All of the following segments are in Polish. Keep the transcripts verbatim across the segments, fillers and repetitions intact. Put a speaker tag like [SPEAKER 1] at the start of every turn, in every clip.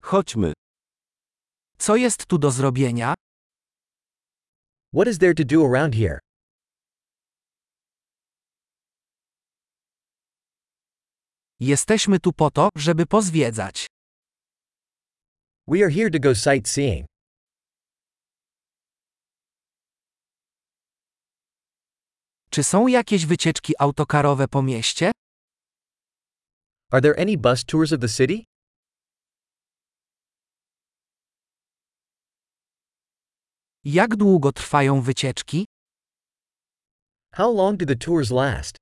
[SPEAKER 1] Chodźmy.
[SPEAKER 2] Co jest tu do zrobienia?
[SPEAKER 3] What is there to do around here?
[SPEAKER 2] Jesteśmy tu po to, żeby pozwiedzać.
[SPEAKER 3] We are here to go sightseeing.
[SPEAKER 2] Czy są jakieś wycieczki autokarowe po mieście?
[SPEAKER 3] Are there any bus tours of the city?
[SPEAKER 2] Jak długo trwają wycieczki?
[SPEAKER 3] How long do the tours last?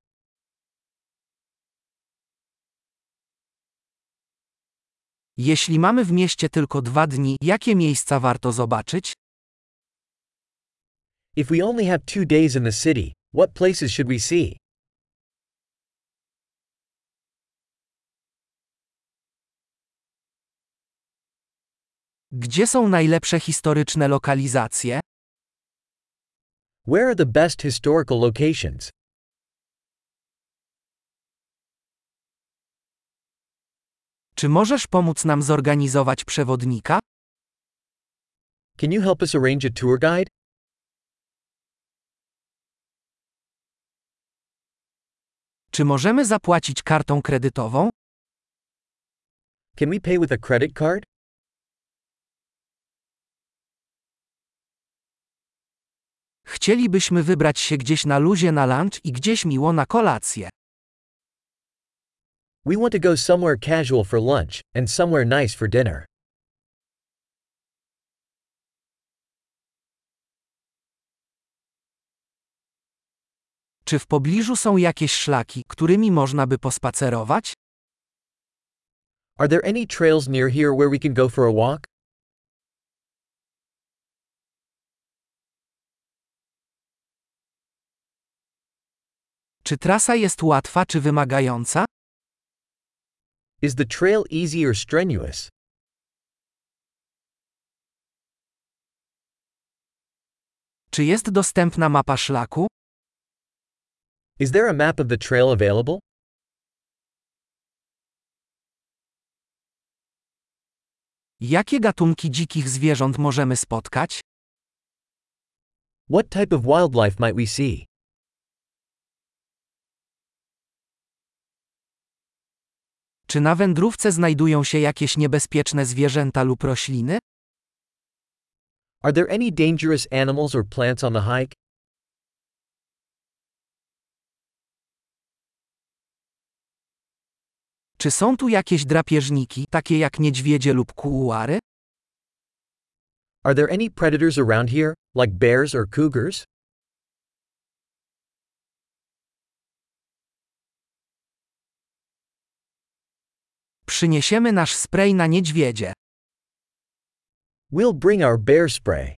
[SPEAKER 2] Jeśli mamy w mieście tylko dwa dni, jakie miejsca warto zobaczyć?
[SPEAKER 3] If we only have two days in the city, what places should we see?
[SPEAKER 2] Gdzie są najlepsze historyczne lokalizacje?
[SPEAKER 3] Where are the best historical locations?
[SPEAKER 2] Czy możesz pomóc nam zorganizować przewodnika?
[SPEAKER 3] Can you help us arrange a tour guide?
[SPEAKER 2] Czy możemy zapłacić kartą kredytową?
[SPEAKER 3] Can we pay with a credit card?
[SPEAKER 2] Chcielibyśmy wybrać się gdzieś na luzie na lunch i gdzieś miło na kolację.
[SPEAKER 3] We want to go somewhere casual for lunch, and somewhere nice for dinner.
[SPEAKER 2] Czy w pobliżu są jakieś szlaki, którymi można by pospacerować?
[SPEAKER 3] Are there any trails near here where we can go for a walk?
[SPEAKER 2] Czy trasa jest łatwa czy wymagająca?
[SPEAKER 3] Is the trail easy or strenuous?
[SPEAKER 2] Czy jest dostępna mapa szlaku?
[SPEAKER 3] Is there a map of the trail available?
[SPEAKER 2] Jakie gatunki dzikich zwierząt możemy spotkać?
[SPEAKER 3] What type of wildlife might we see?
[SPEAKER 2] Czy na wędrówce znajdują się jakieś niebezpieczne zwierzęta lub rośliny?
[SPEAKER 3] Are there any dangerous animals or plants on the hike?
[SPEAKER 2] Czy są tu jakieś drapieżniki, takie jak niedźwiedzie lub kuuary?
[SPEAKER 3] Are there any predators around here, like bears or cougars?
[SPEAKER 2] Przyniesiemy nasz spray na niedźwiedzie.
[SPEAKER 3] We'll bring our bear spray.